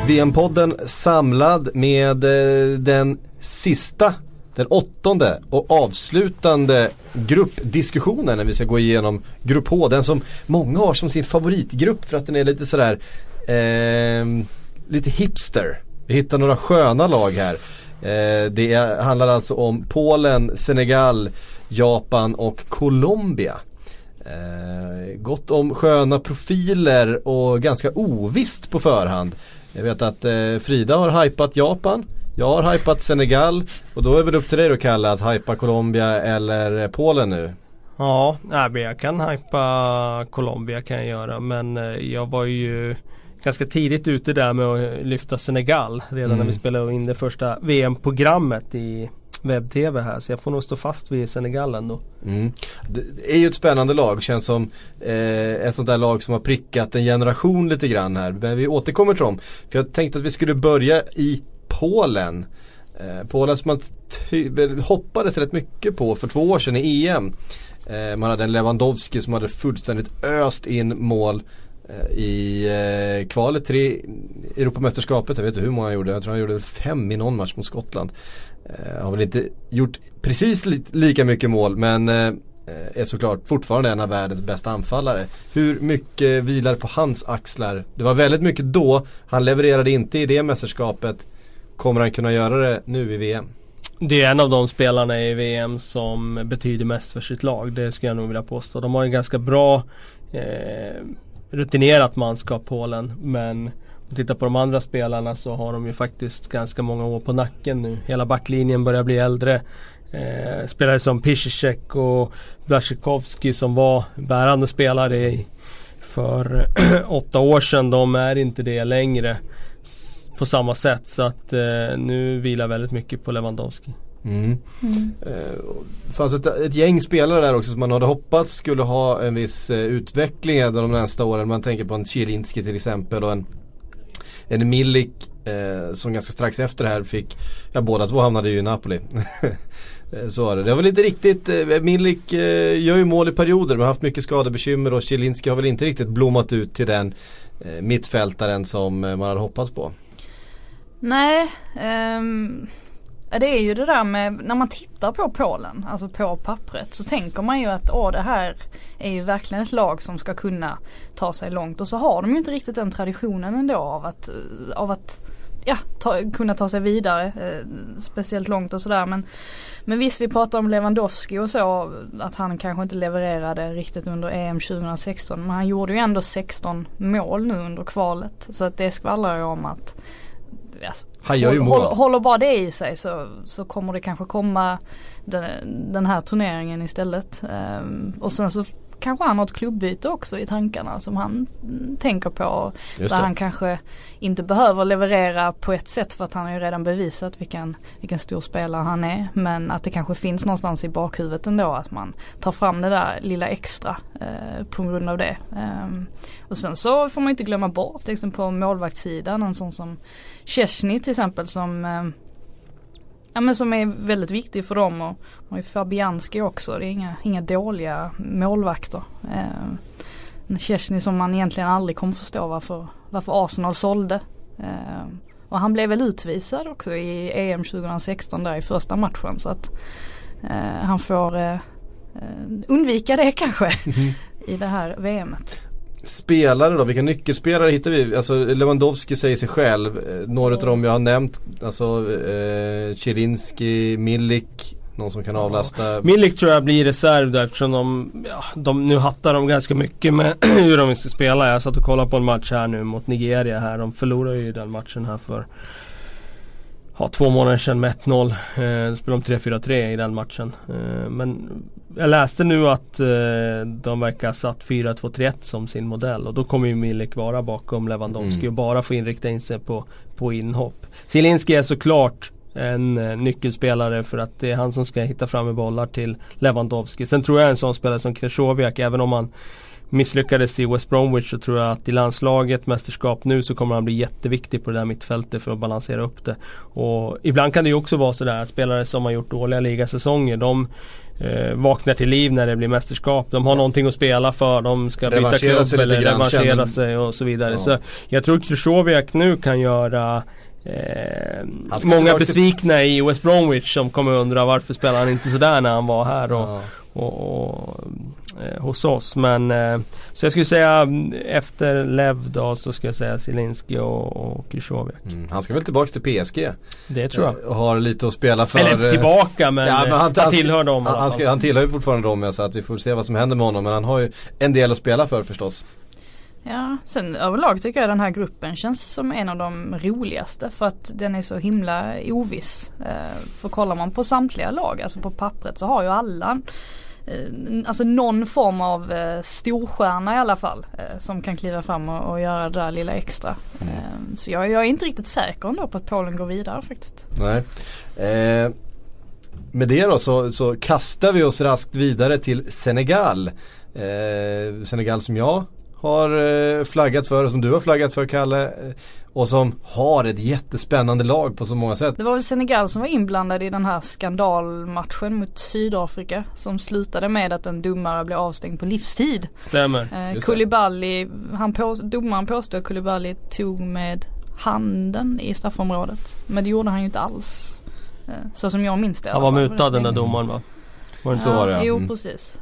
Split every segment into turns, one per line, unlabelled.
VM-podden samlad med den 8:e och avslutande gruppdiskussionen när vi ska gå igenom grupp H, den som många har som sin favoritgrupp för att den är lite sådär lite hipster. Vi hittar några sköna lag här. Det handlar alltså om Polen, Senegal, Japan och Colombia. Gott om sköna profiler och ganska ovisst på förhand. Jag vet att Frida har hypat Japan, jag har hypat Senegal, och då är väl upp till dig då, Kalle, att hypa Colombia eller Polen nu?
Ja, jag kan hypa Colombia kan jag göra, men jag var ju ganska tidigt ute där med att lyfta Senegal redan när vi spelade in det första VM-programmet i webb-tv här, så jag får nog stå fast vid Senegal ändå. Det är ju ett spännande lag, känns som ett sånt där lag som har prickat en generation lite grann här, men vi återkommer till dem, för jag tänkte att vi skulle börja i Polen. Polen som man hoppades rätt mycket på för 2 år sedan i EM. Man hade en Lewandowski som hade fullständigt öst in mål i kvalet till Europamästerskapet. Jag vet inte hur många han gjorde. Jag tror han gjorde 5 i någon match mot Skottland. Har väl inte gjort precis lika mycket mål, men är såklart fortfarande en av världens bästa anfallare. Hur mycket vilar på hans axlar? Det var väldigt mycket då. Han levererade inte i det mästerskapet. Kommer han kunna göra det nu i VM? Det är en av de spelarna i VM som betyder mest för sitt lag. Det skulle jag nog vilja påstå. De har en ganska bra rutinerat manskap, Polen, men om man tittar på de andra spelarna så har de ju faktiskt ganska många år på nacken nu. Hela backlinjen börjar bli äldre. Spelare som Piszczek och Błaszczykowski som var bärande spelare för 8 år sedan, de är inte det längre på samma sätt, så att nu vilar väldigt mycket på Lewandowski. Det fanns ett gäng spelare där också som man hade hoppats skulle ha en viss utveckling de nästa åren. Man tänker på en Zielinski till exempel och en Milik som ganska strax efter det här fick, båda två hamnade ju i Napoli. Så var det. Det var väl inte riktigt, Milik gör ju mål i perioder men har haft mycket skadebekymmer, och Zielinski har väl inte riktigt blommat ut till den mittfältaren som man hade hoppats på.
Nej, det är ju det där med, när man tittar på Polen, alltså på pappret, så tänker man ju att det här är ju verkligen ett lag som ska kunna ta sig långt, och så har de ju inte riktigt den traditionen ändå av att kunna ta sig vidare speciellt långt och sådär, men visst, vi pratar om Lewandowski och så, att han kanske inte levererade riktigt under EM 2016, men han gjorde ju ändå 16 mål nu under kvalet, så att det skvallrar ju om att håller bara det i sig så kommer det kanske komma den här turneringen istället. Och sen så kanske han har ett klubbyte också i tankarna som han tänker på, där han kanske inte behöver leverera på ett sätt, för att han har ju redan bevisat vilken stor spelare han är, men att det kanske finns någonstans i bakhuvudet ändå att man tar fram det där lilla extra på grund av det. Och sen så får man inte glömma bort liksom på målvaktssidan en sån som Szczesny till exempel, som som är väldigt viktig för dem, och man har ju Fabianski också. Det är inga dåliga målvakter. Szczesny som man egentligen aldrig kommer förstå varför Arsenal sålde. Och han blev väl utvisad också i EM 2016 där i första matchen, så att han får undvika det kanske i det här VMet. Spelare då, vilka nyckelspelare hittar vi? Alltså Lewandowski säger sig själv, några av dem jag har nämnt, alltså Zielinski, Milik, någon som kan avlasta. Milik tror jag blir reserv där, eftersom de nu hattar de ganska mycket med hur de ska spela. Jag satt och kollade på en match här nu mot Nigeria här, de förlorade ju den matchen här för 2 månader sedan med 1-0. Spelade de 3-4-3 i den matchen. Men jag läste nu att de verkar ha satt 4-2-3-1 som sin modell. Och då kommer ju Milik vara bakom Lewandowski och bara få inrikta in sig på inhopp. Zielinski är såklart en nyckelspelare, för att det är han som ska hitta fram med bollar till Lewandowski. Sen tror jag en sån spelare som Krychowiak, även om han misslyckades i West Bromwich, så tror jag att i landslaget, mästerskap nu, så kommer han bli jätteviktig på det där mittfältet för att balansera upp det. Och ibland kan det ju också vara sådär att spelare som har gjort dåliga ligasäsonger, de
vaknar till liv när det blir mästerskap. De har någonting att spela för, de ska byta klubb eller revanschera sig och så vidare. Ja. Så jag tror Krychowiak nu kan göra många besvikna i West Bromwich som kommer undra varför spelar han inte sådär när han var här och hos oss. Men så jag skulle säga efter Lev då, så ska jag säga Zielinski och Krychowiak.
Han ska väl tillbaka till PSG.
Det tror jag.
Och har lite att spela för.
Eller tillbaka, men han tillhör dem.
Han tillhör ju fortfarande dem, så att vi får se vad som händer med honom. Men han har ju en del att spela för förstås.
Ja, sen överlag tycker jag den här gruppen känns som en av de roligaste, för att den är så himla oviss. För kollar man på samtliga lag, alltså på pappret, så har ju alla alltså någon form av storstjärna i alla fall, som kan kliva fram och göra det där lilla extra. Så jag är inte riktigt säker ändå på att Polen går vidare faktiskt.
Nej. Med det då så kastar vi oss raskt vidare till Senegal. Senegal som jag har flaggat för och som du har flaggat för, Kalle, och som har ett jättespännande lag på så många sätt.
Det var väl Senegal som var inblandad i den här skandalmatchen mot Sydafrika som slutade med att en domare blev avstängd på livstid.
Stämmer.
Koulibaly, domaren påstod att Koulibaly tog med handen i straffområdet, men det gjorde han ju inte alls. Så som jag minns det.
Han var mutad, den där domaren, va?
Var det så? Var det? Jo, precis.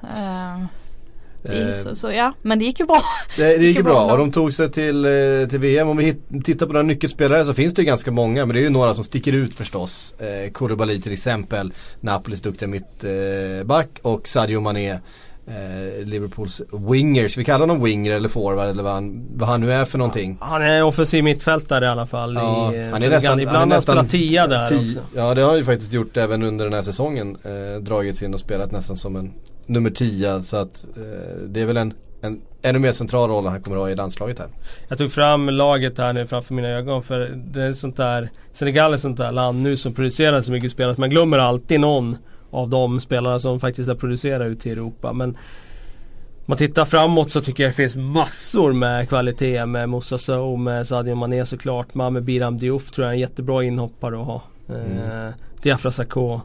Så ja, men det gick ju bra.
Det gick ju bra och de tog sig till VM. Om vi tittar på några nyckelspelare så finns det ju ganska många, men det är ju några som sticker ut förstås. Koulibaly till exempel, Napolis duktiga mittback, och Sadio Mané, Liverpools wingers. Vi kallar honom winger eller forward eller vad han nu är för någonting.
Han är offensiv mittfältare i alla fall.
Ja, han är nästan,
ibland han spelar 10 där också.
Ja, det har han ju faktiskt gjort även under den här säsongen. Dragits in och spelat nästan som en nummer 10, så att det är väl en ännu mer central roll han kommer att ha i landslaget här. Jag
tog fram laget här nu framför mina ögon, för det är sånt där, Senegal är sånt där land nu som producerar så mycket spel att man glömmer alltid någon av de spelarna som faktiskt har producerat ut i Europa. Men om man tittar framåt så tycker jag det finns massor med kvalitet, med Moussa Sow, med Sadio Mané såklart, med Biram Diouf tror jag är en jättebra inhoppare att ha. Diafra Sakho,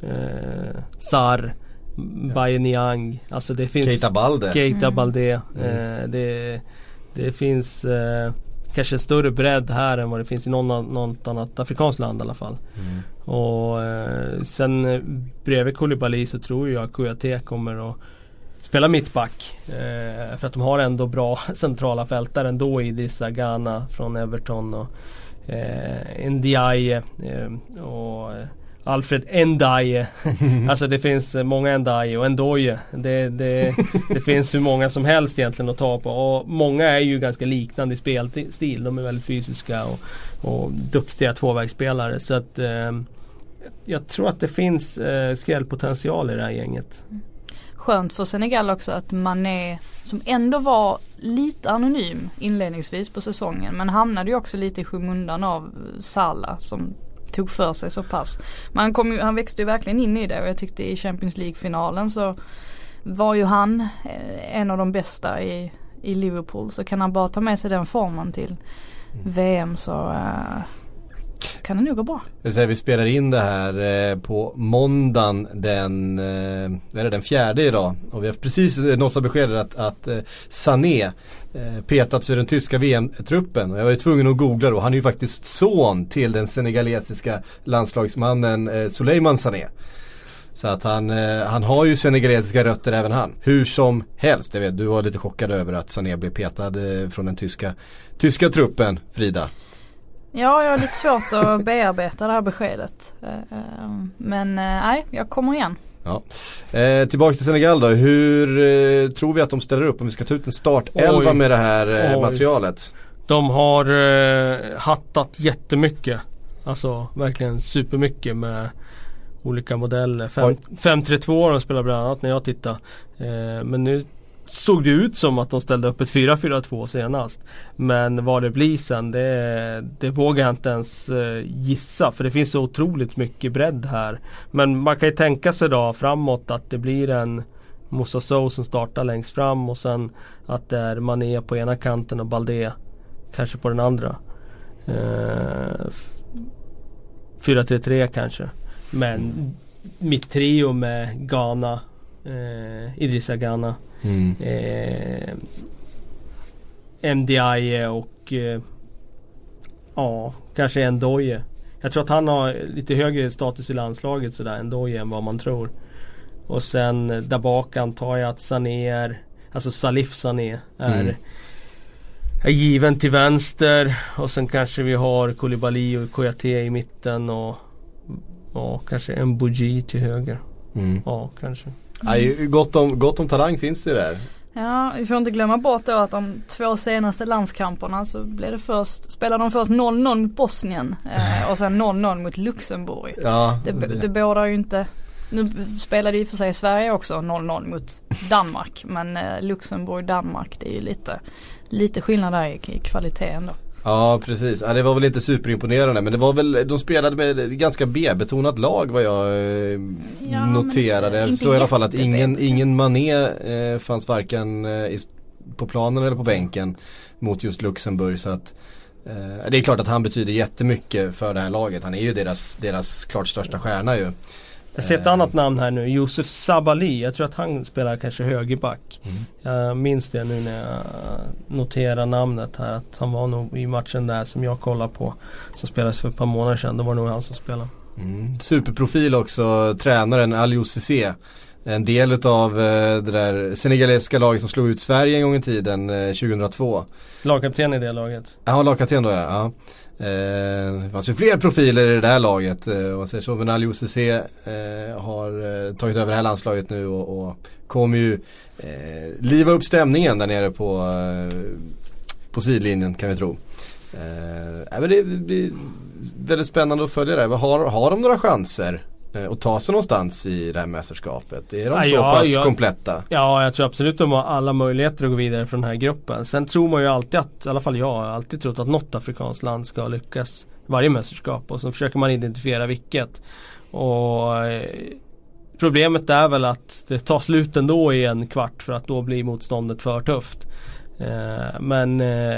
Sarr, Baye Niang, alltså det finns Keita Balde. Det finns kanske större bredd här än vad det finns i något annat afrikanskt land i alla fall. Och sen bredvid Koulibaly så tror jag att Kouyaté kommer att spela mittback, för att de har ändå bra centrala fältare ändå i Idrissa Gana från Everton och Ndiaye och Alfred Ndiaye. Alltså det finns många Ndiaye och Ndoye. Det finns hur många som helst egentligen att ta på. Och många är ju ganska liknande i spelstil. De är väldigt fysiska och duktiga tvåvägsspelare. Så att jag tror att det finns skrällpotential i det här gänget.
Skönt för Senegal också att Mané, som ändå var lite anonym inledningsvis på säsongen, men hamnade ju också lite i skymundan av Salah som tog för sig så pass. Men han växte ju verkligen in i det, och jag tyckte i Champions League-finalen så var ju han en av de bästa i Liverpool. Så kan han bara ta med sig den formen till VM så kan det nog gå bra.
Vi spelar in det här på måndagen den 4:e idag, och vi har precis nått beskedet att Sané petats ur den tyska VM-truppen, och jag var ju tvungen att googla då. Han är ju faktiskt son till den senegalesiska landslagsmannen Souleymane Sané. Så att han har ju senegalesiska rötter även han. Hur som helst, jag vet, du var lite chockad över att Sané blev petad från den tyska truppen, Frida.
Ja, jag har lite svårt att bearbeta det här beskedet. Men nej, jag kommer igen.
Ja. Tillbaka till Senegal då. Hur tror vi att de ställer upp om vi ska ta ut en startelva med det här materialet?
De har hattat jättemycket. Alltså verkligen supermycket med olika modeller. 5-3-2 de spelar bland annat när jag tittar. Men nu såg det ut som att de ställde upp ett 4-4-2 senast. Men vad det blir sen, det vågar jag inte ens gissa. För det finns så otroligt mycket bredd här. Men man kan ju tänka sig då framåt att det blir en Moussa Sow som startar längst fram. Och sen att det är Mané på ena kanten och Balde kanske på den andra. 4-3-3 kanske. Men mitt trio med Ghana, Idrissa Gana, MDI och kanske Ndoye. Jag tror att han har lite högre status i landslaget sådär, Ndoye, än vad man tror. Och sen där bak antar jag att Sané är, alltså Salif Sané är given till vänster, och sen kanske vi har Koulibaly och Koyate i mitten och kanske Mbouji till höger. Ja, kanske.
Gott om talang finns det där.
Ja, vi får inte glömma bort då att de 2 senaste landskamperna så spelade de först 0-0 mot Bosnien och sen 0-0 mot Luxemburg. Ja, det bådar ju inte. Nu spelade ju för sig Sverige också 0-0 mot Danmark, men Luxemburg-Danmark, det är ju lite skillnad där i kvaliteten då.
Ja, precis. Ja, det var väl inte superimponerande, men det var väl, de spelade med ett ganska B-betonat lag vad jag noterade. Jag såg i alla fall att ingen Mané fanns varken på planen eller på bänken mot just Luxemburg, så att det är klart att han betyder jättemycket för det här laget. Han är ju deras klart största stjärna ju.
Jag ser ett annat namn här nu, Youssef Sabaly. Jag tror att han spelar kanske högerback. Jag minns det nu när jag noterar namnet här, att han var nog i matchen där som jag kollar på, som spelades för ett par månader sedan. Det var nog han som spelade.
Superprofil också, tränaren Aliou Cissé. En del av det där senegaleska laget som slog ut Sverige en gång i tiden, 2002.
Lagkapten i det laget.
Ja, lagkapten då, ja. Det fanns ju fler profiler i det där laget, man säger så, men Aliou Cissé har tagit över det här landslaget nu och kommer ju liva upp stämningen där nere på sidlinjen, kan vi tro. Men det blir väldigt spännande att följa det. Har de några chanser att ta sig någonstans i det här mästerskapet? Är de så pass kompletta?
Ja, jag tror absolut de har alla möjligheter att gå vidare från den här gruppen. Sen tror man ju alltid att, i alla fall jag har alltid trott att något afrikanskt land ska lyckas varje mästerskap, och så försöker man identifiera vilket. Och problemet är väl att det tar slut ändå i en kvart, för att då blir motståndet för tufft. Men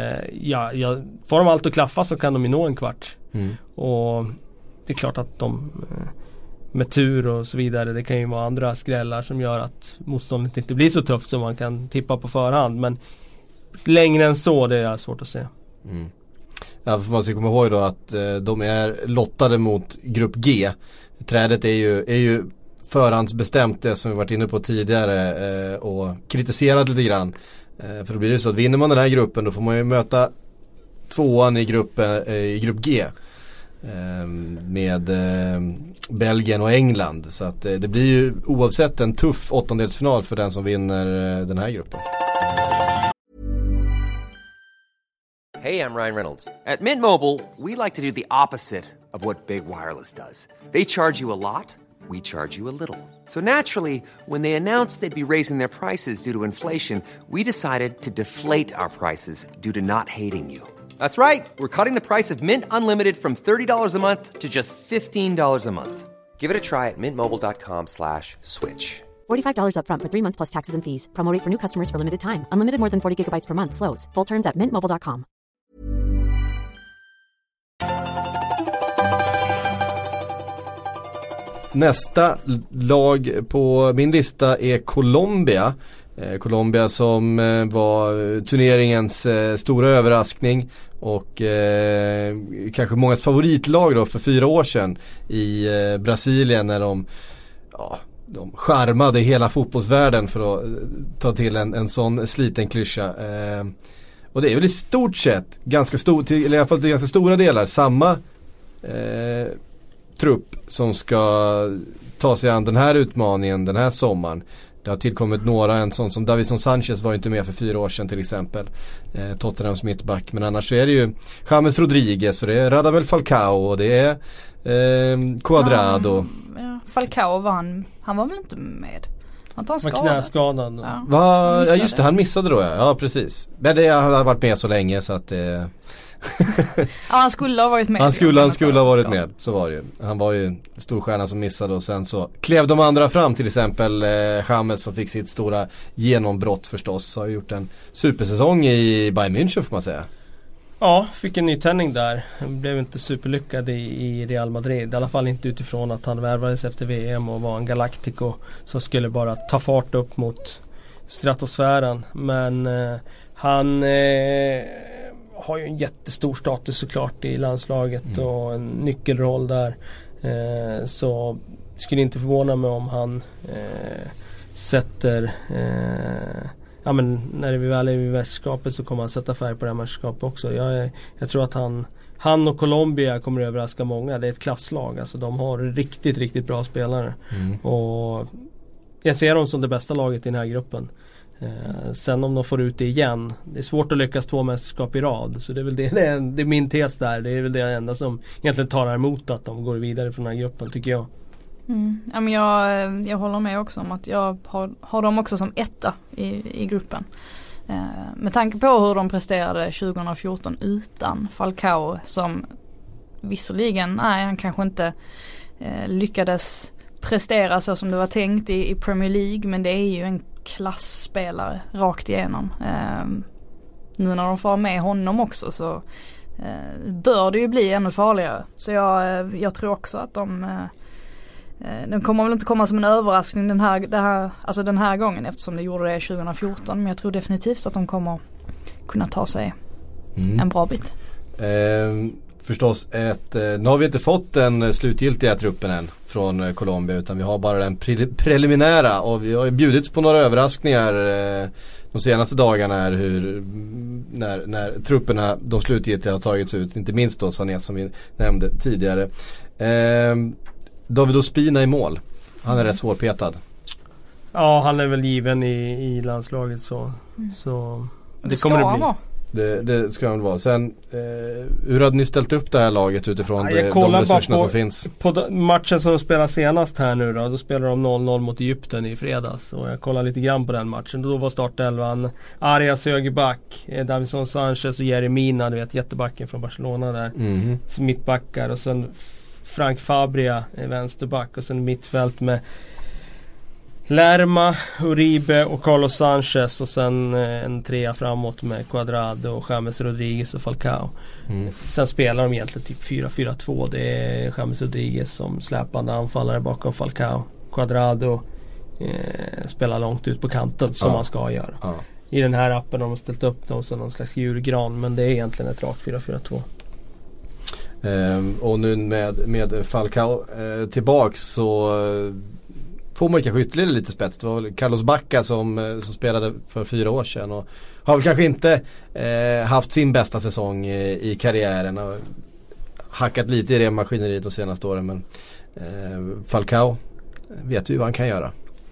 får de allt att klaffa så kan de ju nå en kvart. Och det är klart att de med tur och så vidare, det kan ju vara andra skrällar som gör att motståndet inte blir så tufft som man kan tippa på förhand, men längre än så, det är svårt att se.
Ja, för man ska komma ihåg då att de är lottade mot grupp G. Trädet är ju förhandsbestämt, det som vi varit inne på tidigare och kritiserat lite grann. För då blir det så att vinner man den här gruppen, då får man ju möta tvåan i grupp G med Belgien och England, så att det blir ju oavsett en tuff åttondelsfinal för den som vinner den här gruppen.
Hey, I'm Ryan Reynolds. At Mint Mobile, we like to do the opposite of what Big Wireless does. They charge you a lot, we charge you a little. So naturally, when they announced they'd be raising their prices due to inflation, we decided to deflate our prices due to not hating you. That's right. We're cutting the price of Mint Unlimited from $30 a month to just $15 a month. Give it a try at mintmobile.com/switch.
$45 up front for 3 months plus taxes and fees. Promo rate for new customers for limited time. Unlimited more than 40 gigabytes per month. Slows full terms at mintmobile.com.
Nästa lag på min lista är Colombia. Colombia som var turneringens stora överraskning och kanske mångas favoritlag då för 4 år sedan i Brasilien, när de charmade hela fotbollsvärlden, för att ta till en sån sliten klyscha. Och det är väl i stort sett eller i alla fall till ganska stora delar samma trupp som ska ta sig an den här utmaningen den här sommaren. Det har tillkommit några, en sån som Davinson Sanchez var inte med för 4 år sedan till exempel, Tottenhams mittback, men annars så är det ju James Rodriguez och det är Radamel Falcao och det är Cuadrado.
Ja, Falcao han var väl inte med? Han var
knäskadad.
Ja, just det, han missade då. Ja, precis. Men det har varit med så länge så att
ja, han skulle ha varit med.
Han skulle ha varit med, så var det ju. Han var ju storstjärna som missade, och sen så klev de andra fram, till exempel James som fick sitt stora genombrott förstås. Har gjort en supersäsong i Bayern München, får man säga.
Ja, fick en nytändning där. Han blev inte superlyckad i Real Madrid. I alla fall inte utifrån att han värvades efter VM och var en Galactico som skulle bara ta fart upp mot stratosfären. Men han har ju en jättestor status såklart i landslaget och en nyckelroll där. Så skulle inte förvåna mig om han sätter men när vi väl är i mästerskapet så kommer han sätta färg på det här mästerskapet också. Jag tror att han och Colombia kommer att överraska många. Det är ett klasslag. Alltså de har riktigt, riktigt bra spelare. Och jag ser dem som det bästa laget i den här gruppen. Sen om de får ut det igen, det är svårt att lyckas 2 mästerskap i rad. Så det är väl det är min tes där. Det är väl det enda som egentligen talar emot att de går vidare från den här gruppen, tycker jag.
Ja, men jag håller med också om att jag har dem också som etta i gruppen. Med tanke på hur de presterade 2014 utan Falcao, som visserligen, han kanske inte lyckades prestera så som det var tänkt i Premier League, men det är ju en klassspelare rakt igenom. Nu när de får med honom också så bör det ju bli ännu farligare. Så jag tror också att den kommer väl inte komma som en överraskning den här gången, eftersom det gjorde det 2014, men jag tror definitivt att de kommer kunna ta sig en bra bit.
Förstås nu har vi inte fått den slutgiltiga truppen än från Colombia, utan vi har bara den preliminära, och vi har ju bjudits på några överraskningar de senaste dagarna här, när trupperna, de slutgiltiga, har tagits ut, inte minst då Sané som vi nämnde tidigare. David Ospina i mål. Han är rätt svårpetad. Ja,
han är väl given i landslaget så det kommer det bli.
Vara.
Det ska han vara. Sen, hur hade ni ställt upp det här laget utifrån de resurserna som finns?
På matchen som de spelar senast här nu då spelar de 0-0 mot Egypten i fredags. Och jag kollar lite grann på den matchen. Då var startelvan Arias högerback, Davinson Sanchez och Yerry Mina, du vet, jättebacken från Barcelona där. Mittbackar, och sen Frank Fabria vänsterback, och sen mittfält med Lerma, Uribe och Carlos Sanchez, och sen en trea framåt med Cuadrado och James Rodriguez och Falcao. Sen spelar de egentligen typ 4-4-2. Det är James Rodriguez som släpande anfallare bakom Falcao. Cuadrado spelar långt ut på kanten som man ska göra. I den här appen har de ställt upp dem som någon slags julgran, men det är egentligen ett rakt 4-4-2.
Och nu med Falcao tillbaks så får man kanske ytterligare lite spets. Det var väl Carlos Bacca som spelade för 4 år sedan och har väl kanske inte haft sin bästa säsong i karriären och hackat lite i det maskineriet de senaste åren, men Falcao vet ju vad han kan göra.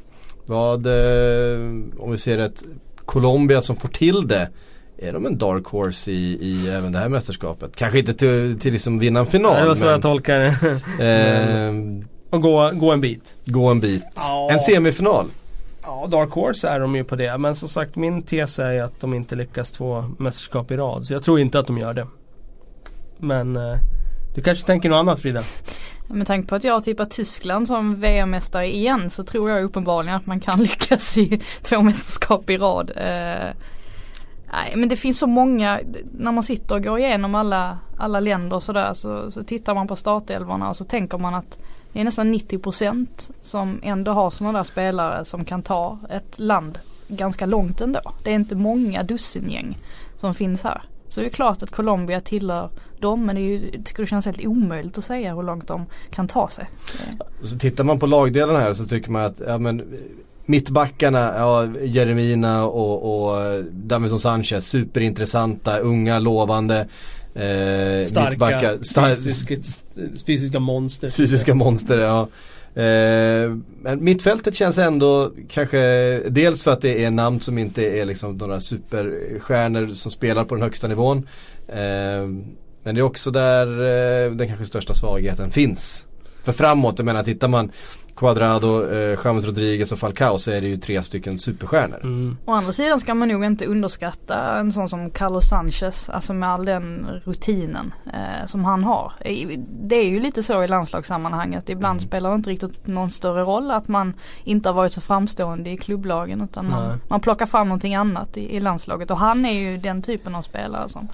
Om vi ser ett Colombia som får till det, är de en dark horse i även det här mästerskapet? Kanske inte till liksom vinna en final.
Det var så jag tolkar det. Och gå en bit.
Gå en bit. Ja. En semifinal.
Ja, dark horse är de ju på det. Men som sagt, min tes är att de inte lyckas 2 mästerskap i rad. Så jag tror inte att de gör det. Men du kanske tänker något annat, Frida?
Med tanke på att jag tippar Tyskland som VM-mästare igen, så tror jag uppenbarligen att man kan lyckas i 2 mästerskap i rad. Nej, men det finns så många, när man sitter och går igenom alla länder och sådär, så tittar man på startelvorna och så tänker man att det är nästan 90% som ändå har sådana där spelare som kan ta ett land ganska långt ändå. Det är inte många dussingäng som finns här. Så det är klart att Colombia tillhör dem, men jag tycker det känns helt omöjligt att säga hur långt de kan ta sig.
Så tittar man på lagdelarna här så tycker man att mittbackarna, Jeremina och Davinson Sanchez, superintressanta, unga, lovande.
Starka, fysiska monster.
Fysiska monster, ja. Men mittfältet känns ändå kanske, dels för att det är namn som inte är liksom några superstjärnor som spelar på den högsta nivån. Men det är också där den kanske största svagheten finns. För framåt, jag menar, tittar man Cuadrado, James Rodriguez och Falcao, så är det ju 3 stycken superstjärnor.
Å andra sidan ska man nog inte underskatta en sån som Carlos Sanchez, alltså med all den rutinen som han har. Det är ju lite så i landslagssammanhanget. Ibland spelar det inte riktigt någon större roll att man inte har varit så framstående i klubblagen, utan man plockar fram någonting annat i landslaget. Och han är ju den typen av spelare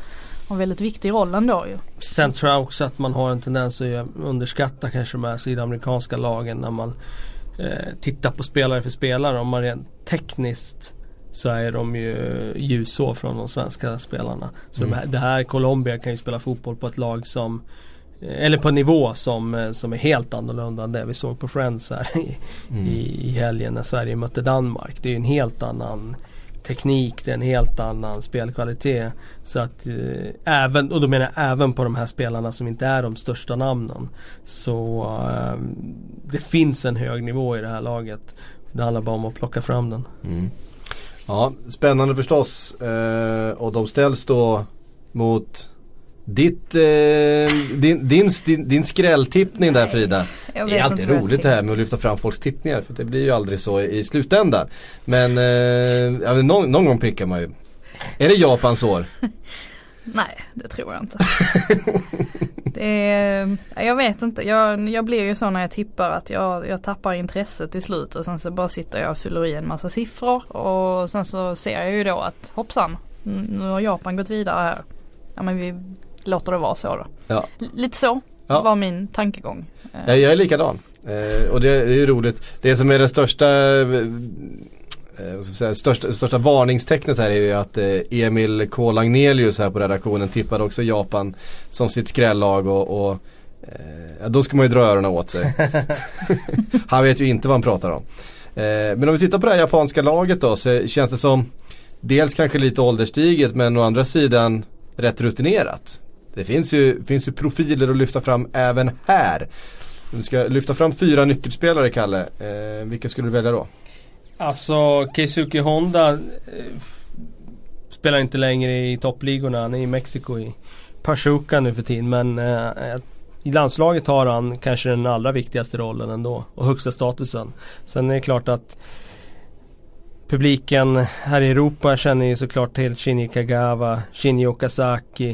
en väldigt viktig roll ändå ju.
Sen tror jag också att man har en tendens att underskatta kanske de här sydamerikanska lagen när man tittar på spelare för spelare. Om man rent tekniskt så är de ju ljusår från de svenska spelarna. Så det här Colombia kan ju spela fotboll på ett lag som eller på en nivå som är helt annorlunda än det vi såg på Friends här i helgen när Sverige mötte Danmark. Det är ju en helt annan teknik, det är en helt annan spelkvalitet. Så att även, och då menar jag även på de här spelarna som inte är de största namnen, så det finns en hög nivå i det här laget. Det handlar bara om att plocka fram den.
Ja, spännande förstås. Och de ställs då mot din skrälltippning där, Frida. Det är alltid roligt det här med att lyfta fram folks tippningar, för det blir ju aldrig så i slutändan. Men någon gång prickar man ju. Är det Japans år?
Nej, det tror jag inte. Jag vet inte. Jag blir ju så när jag tippar att jag tappar intresset till slut, och sen så bara sitter jag och fyller i en massa siffror, och sen så ser jag ju då att hoppsan, nu har Japan gått vidare här. Ja, men vi låter det vara så då. Ja. Lite så var min tankegång.
Jag är likadan. Och det är ju roligt. Det som är den största varningstecknet här är ju att Emil K. Lagnelius här på redaktionen tippade också Japan som sitt skrällag, och då ska man ju dra öronen åt sig. Han vet ju inte vad han pratar om. Men om vi tittar på det här japanska laget då, så känns det som dels kanske lite ålderstiget, men å andra sidan rätt rutinerat. Det finns ju profiler att lyfta fram även här. Vi ska lyfta fram 4 nyckelspelare, Kalle. Vilka skulle du välja då? Alltså
Keisuke Honda spelar inte längre i toppligorna. Han är i Mexiko i Pachuca nu för tiden. Men i landslaget har han kanske den allra viktigaste rollen ändå, och högsta statusen. Sen är det klart att publiken här i Europa känner ju såklart till Shinji Kagawa, Shinji Okazaki,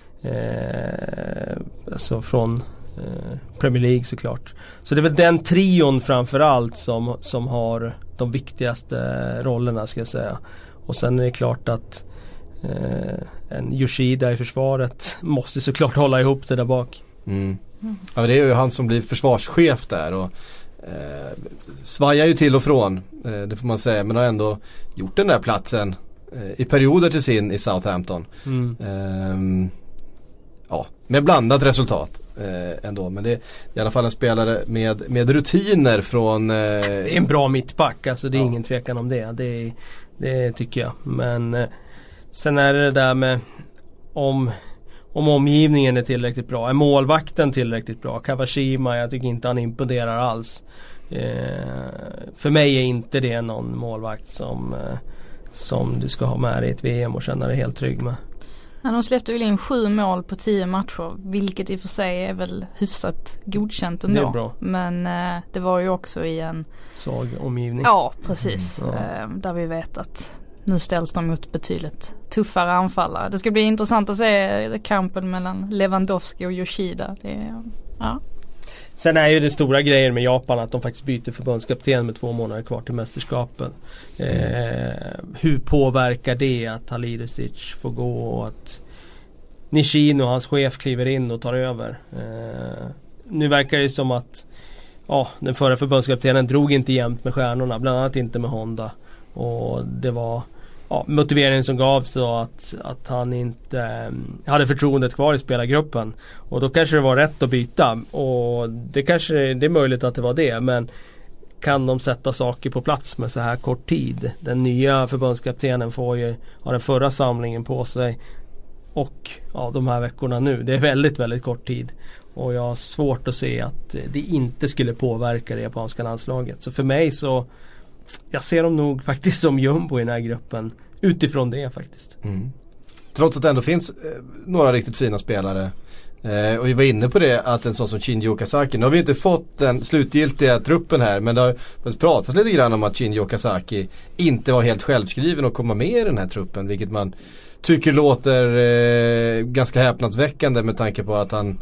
alltså från Premier League såklart. Så det är väl den trion framförallt som har de viktigaste rollerna, ska jag säga. Och sen är det klart att en Yoshida i försvaret måste såklart hålla ihop det där bak.
Ja, det är ju han som blir försvarschef där, och svajar ju till och från, det får man säga, men har ändå gjort den där platsen i perioder till sin i Southampton. Med blandat resultat ändå, men det är i alla fall en spelare med rutiner från... Det
är en bra mittback, alltså det är ingen tvekan om det. Det tycker jag. Men sen är det där med om omgivningen är tillräckligt bra. Är målvakten tillräckligt bra? Kawashima, jag tycker inte han imponerar alls. För mig är inte det någon målvakt som du ska ha med i ett VM och känna dig helt trygg med.
Ja, de släppte väl in 7 mål på 10 matcher, vilket i och för sig är väl hyfsat godkänt ändå.
Det är bra.
Men det var ju också i en
svag omgivning.
Ja, precis. Där vi vet att nu ställs de mot betydligt tuffare anfallare. Det ska bli intressant att se kampen mellan Lewandowski och Yoshida.
Sen är ju det stora grejen med Japan att de faktiskt byter förbundskapten med 2 månader kvar till mästerskapen. Hur påverkar det att Halilovic får gå och att Nishino, hans chef, kliver in och tar över? Nu verkar det som att den förra förbundskaptenen drog inte jämnt med stjärnorna, bland annat inte med Honda. Och det var motiveringen som gavs då att han inte hade förtroendet kvar i spelargruppen, och då kanske det var rätt att byta, och det är möjligt att det var det, men kan de sätta saker på plats med så här kort tid? Den nya förbundskaptenen får ju ha den förra samlingen på sig, och de här veckorna nu, det är väldigt, väldigt kort tid, och jag har svårt att se att det inte skulle påverka det japanska landslaget. Så för mig så jag ser dem nog faktiskt som jumbo i den här gruppen utifrån det faktiskt.
Trots att det ändå finns några riktigt fina spelare. Och vi var inne på det, att en sån som Shinji Okazaki, nu har vi inte fått den slutgiltiga truppen här, men det har pratats lite grann om att Shinji Okazaki inte var helt självskriven att komma med i den här truppen, vilket man tycker låter ganska häpnadsväckande med tanke på att han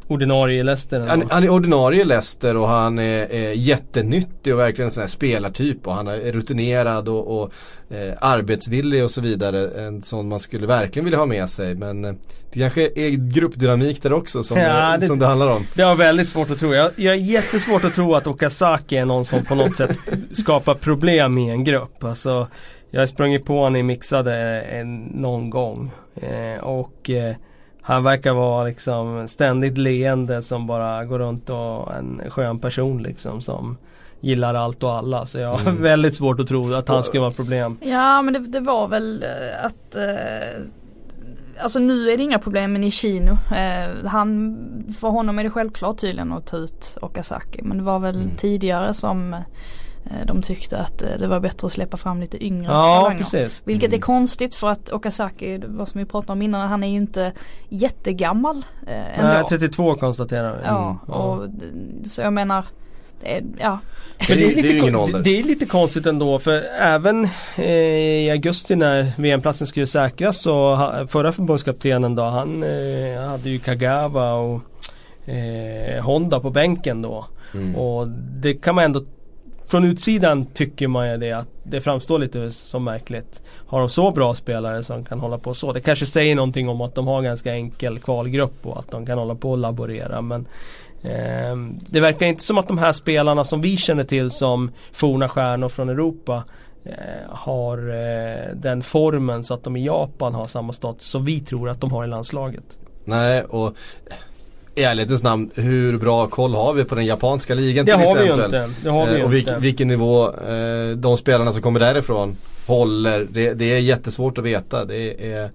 ordinarie i Leicester.
Han är ordinarie i Leicester och han är jättenyttig och verkligen en sån här spelartyp och han är rutinerad och arbetsvillig och så vidare. En sån man skulle verkligen vilja ha med sig, men det kanske är gruppdynamik där också som det handlar om.
Det har väldigt svårt att tro. Jag är jättesvårt att tro att Okazaki är någon som på något sätt skapar problem i en grupp. Alltså, jag har sprungit på honom i mixade någon gång och han verkar vara liksom ständigt leende som bara går runt och en skön person liksom som gillar allt och alla. Så jag har väldigt svårt att tro att han skulle vara problem.
Ja, men det var väl att alltså nu är det inga problem med Nishino. För honom är det självklart tydligen att ta ut Okazaki. Men det var väl tidigare som de tyckte att det var bättre att släppa fram lite yngre talanger.
Precis.
Vilket är konstigt för att Okazaki, vad som vi pratade om innan, han är ju inte jättegammal ändå.
Nej, 32 konstaterar vi.
Ja, och så jag menar ja.
Men det är lite konstigt ändå, för även i augusti när VM-platsen skulle säkras så förra förbundskaptenen då, han hade ju Kagawa och Honda på bänken då. Och det kan man ändå från utsidan tycker man ju det, att det framstår lite som märkligt. Har de så bra spelare som kan hålla på så? Det kanske säger någonting om att de har en ganska enkel kvalgrupp och att de kan hålla på och laborera, men det verkar inte som att de här spelarna som vi känner till som forna stjärnor från Europa har den formen så att de i Japan har samma status som vi tror att de har i landslaget.
Nej, och i ärlighetens namn, hur bra koll har vi på den japanska ligan till exempel?
Det har vi ju inte.
Vilken nivå de spelarna som kommer därifrån håller, det är jättesvårt att veta. Det är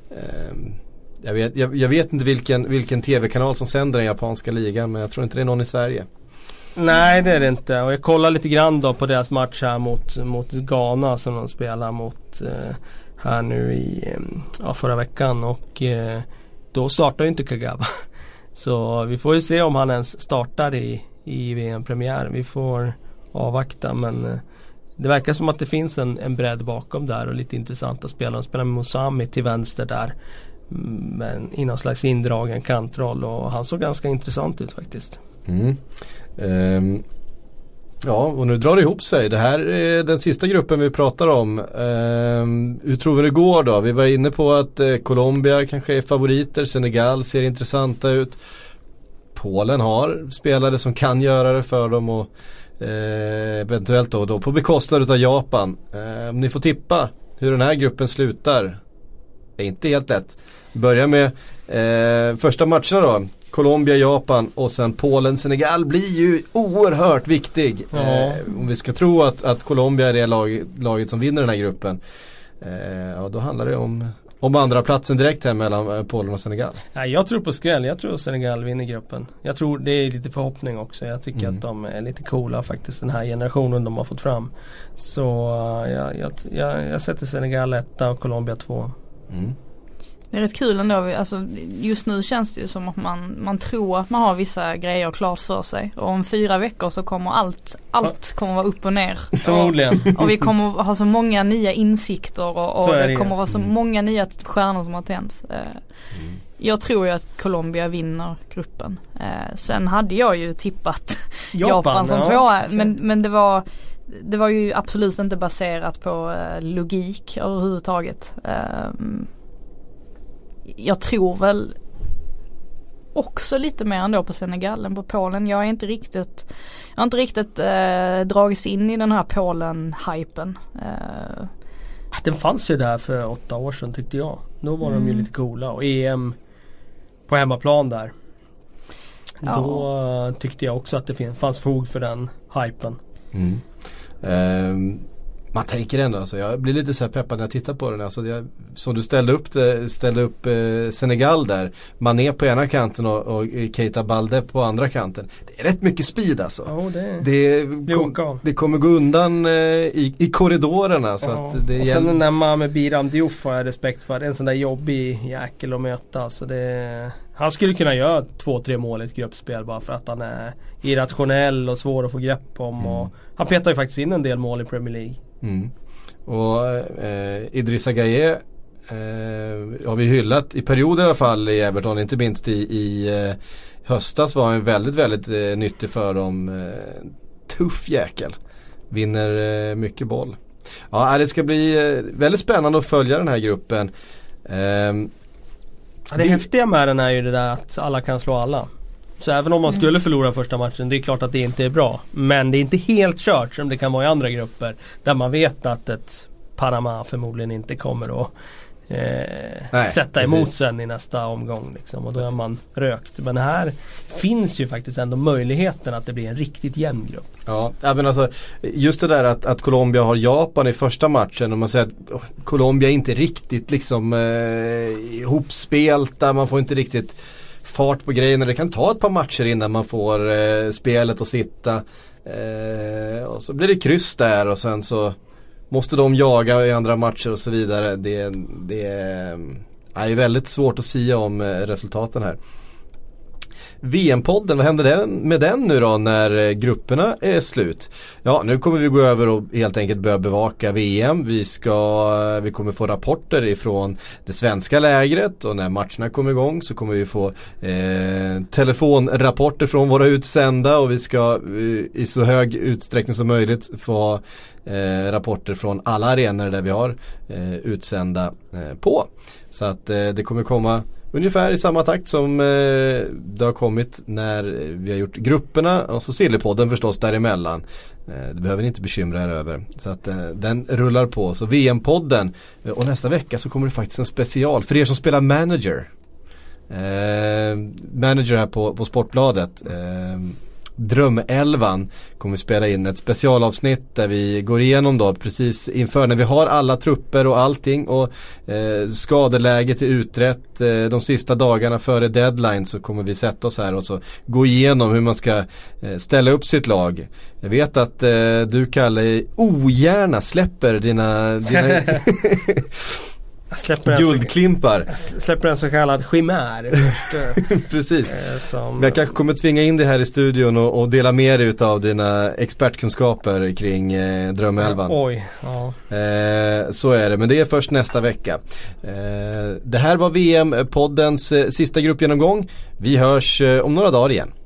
jag vet inte vilken tv-kanal som sänder den japanska ligan, men jag tror inte det är någon i Sverige.
Nej, det är det inte. Och jag kollar lite grann då på deras match här mot Ghana som de spelar mot här nu i förra veckan, och då startar ju inte Kagawa. Så vi får ju se om han ens startar i VM-premiären. Vi får avvakta, men det verkar som att det finns en bredd bakom där och lite intressanta spelare. De spelar med Musami till vänster där, men i någon slags indragen kantroll, och han såg ganska intressant ut faktiskt.
Ja, och nu drar det ihop sig. Det här är den sista gruppen vi pratar om. Hur tror vi det går då? Vi var inne på att Colombia kanske är favoriter. Senegal ser intressanta ut. Polen har spelare som kan göra det för dem, och eventuellt då på bekostnad av Japan. Om ni får tippa hur den här gruppen slutar, är inte helt lätt. Vi börjar med första matcherna då. Colombia, Japan och sen Polen, Senegal blir ju oerhört viktig. Om vi ska tro att Colombia är det laget som vinner den här gruppen. Då handlar det om andra platsen direkt här mellan Polen och Senegal.
Ja, jag tror på skräll. Jag tror att Senegal vinner gruppen. Jag tror det är lite förhoppning också. Jag tycker att de är lite coola faktiskt, den här generationen de har fått fram. Så jag sätter Senegal 1 och Colombia 2.
Det är rätt kul ändå. Alltså, just nu känns det ju som att man tror att man har vissa grejer klart för sig. Och om 4 veckor så kommer allt kommer vara upp och ner.
Förmodligen.
Och vi kommer ha så många nya insikter och det kommer vara så många nya stjärnor som har tänts. Jag tror ju att Colombia vinner gruppen. Sen hade jag ju tippat Japan som tvåa. Men det var ju absolut inte baserat på logik överhuvudtaget. Jag tror väl också lite mer ändå på Senegal än på Polen. Jag har inte riktigt dragits in i den här Polen-hypen.
Den fanns ju där för 8 år sedan tyckte jag. Då var de ju lite coola, och EM på hemmaplan där. Ja. Då tyckte jag också att det fanns fog för den hypen.
Man tänker ändå, alltså, jag blir lite så här peppad när jag tittar på den. Alltså, som du ställde upp Senegal där. Mané på ena kanten och Keita Balde på andra kanten. Det är rätt mycket speed alltså.
Ja,
det kommer gå undan i korridorerna. Så att det
och sen den där med Biram Diouf har jag respekt för. Det är en sån där jobbig jäkel att möta. Alltså han skulle kunna göra 2-3 mål i ett gruppspel bara för att han är irrationell och svår att få grepp om. Och han petar ju faktiskt in en del mål i Premier League.
Och Idrissa Gueye har vi hyllat i perioder i alla fall i Everton, inte minst i höstas var han väldigt, väldigt nyttig för dem. Tuff jäkel. Vinner mycket boll. Ja, det ska bli väldigt spännande att följa den här gruppen.
Det häftiga med den är ju det där att alla kan slå alla. Så även om man skulle förlora första matchen, det är klart att det inte är bra. Men det är inte helt kört som det kan vara i andra grupper. Där man vet att ett Panama förmodligen inte kommer att sätta emot sen i nästa omgång. Liksom, och då är man rökt. Men här finns ju faktiskt ändå möjligheten att det blir en riktigt jämn grupp.
Ja, men alltså just det där att Colombia har Japan i första matchen och man säger att Colombia är inte riktigt liksom ihopspelta, man får inte riktigt fart på grejerna. Det kan ta ett par matcher innan man får spelet att sitta och så blir det kryss där och sen så måste de jaga i andra matcher och så vidare. Det är väldigt svårt att säga om resultaten här. VM-podden, vad händer med den nu då när grupperna är slut? Ja, nu kommer vi gå över och helt enkelt börja bevaka VM. Vi kommer få rapporter ifrån det svenska lägret och när matcherna kommer igång så kommer vi få telefonrapporter från våra utsända och vi ska i så hög utsträckning som möjligt få rapporter från alla arenor där vi har utsända på. Så att det kommer komma ungefär i samma takt som det har kommit när vi har gjort grupperna och så Sillypodden förstås däremellan. Det behöver ni inte bekymra er över. Så att den rullar på. Så VM-podden och nästa vecka så kommer det faktiskt en special för er som spelar Manager. Manager här på Sportbladet. Drömelvan kommer vi spela in ett specialavsnitt där vi går igenom då precis inför när vi har alla trupper och allting och skadeläget är utrett de sista dagarna före deadline så kommer vi sätta oss här och så gå igenom hur man ska ställa upp sitt lag. Jag vet att du Kalle ogärna släpper dina guldklimpar.
Släpper en så kallad chimär.
Precis. Men jag kanske kommer tvinga in dig här i studion och dela med dig av dina expertkunskaper kring Drömelvan.
Oj, ja.
Så är det, men det är först nästa vecka. Det här var VM-poddens sista gruppgenomgång. Vi hörs om några dagar igen.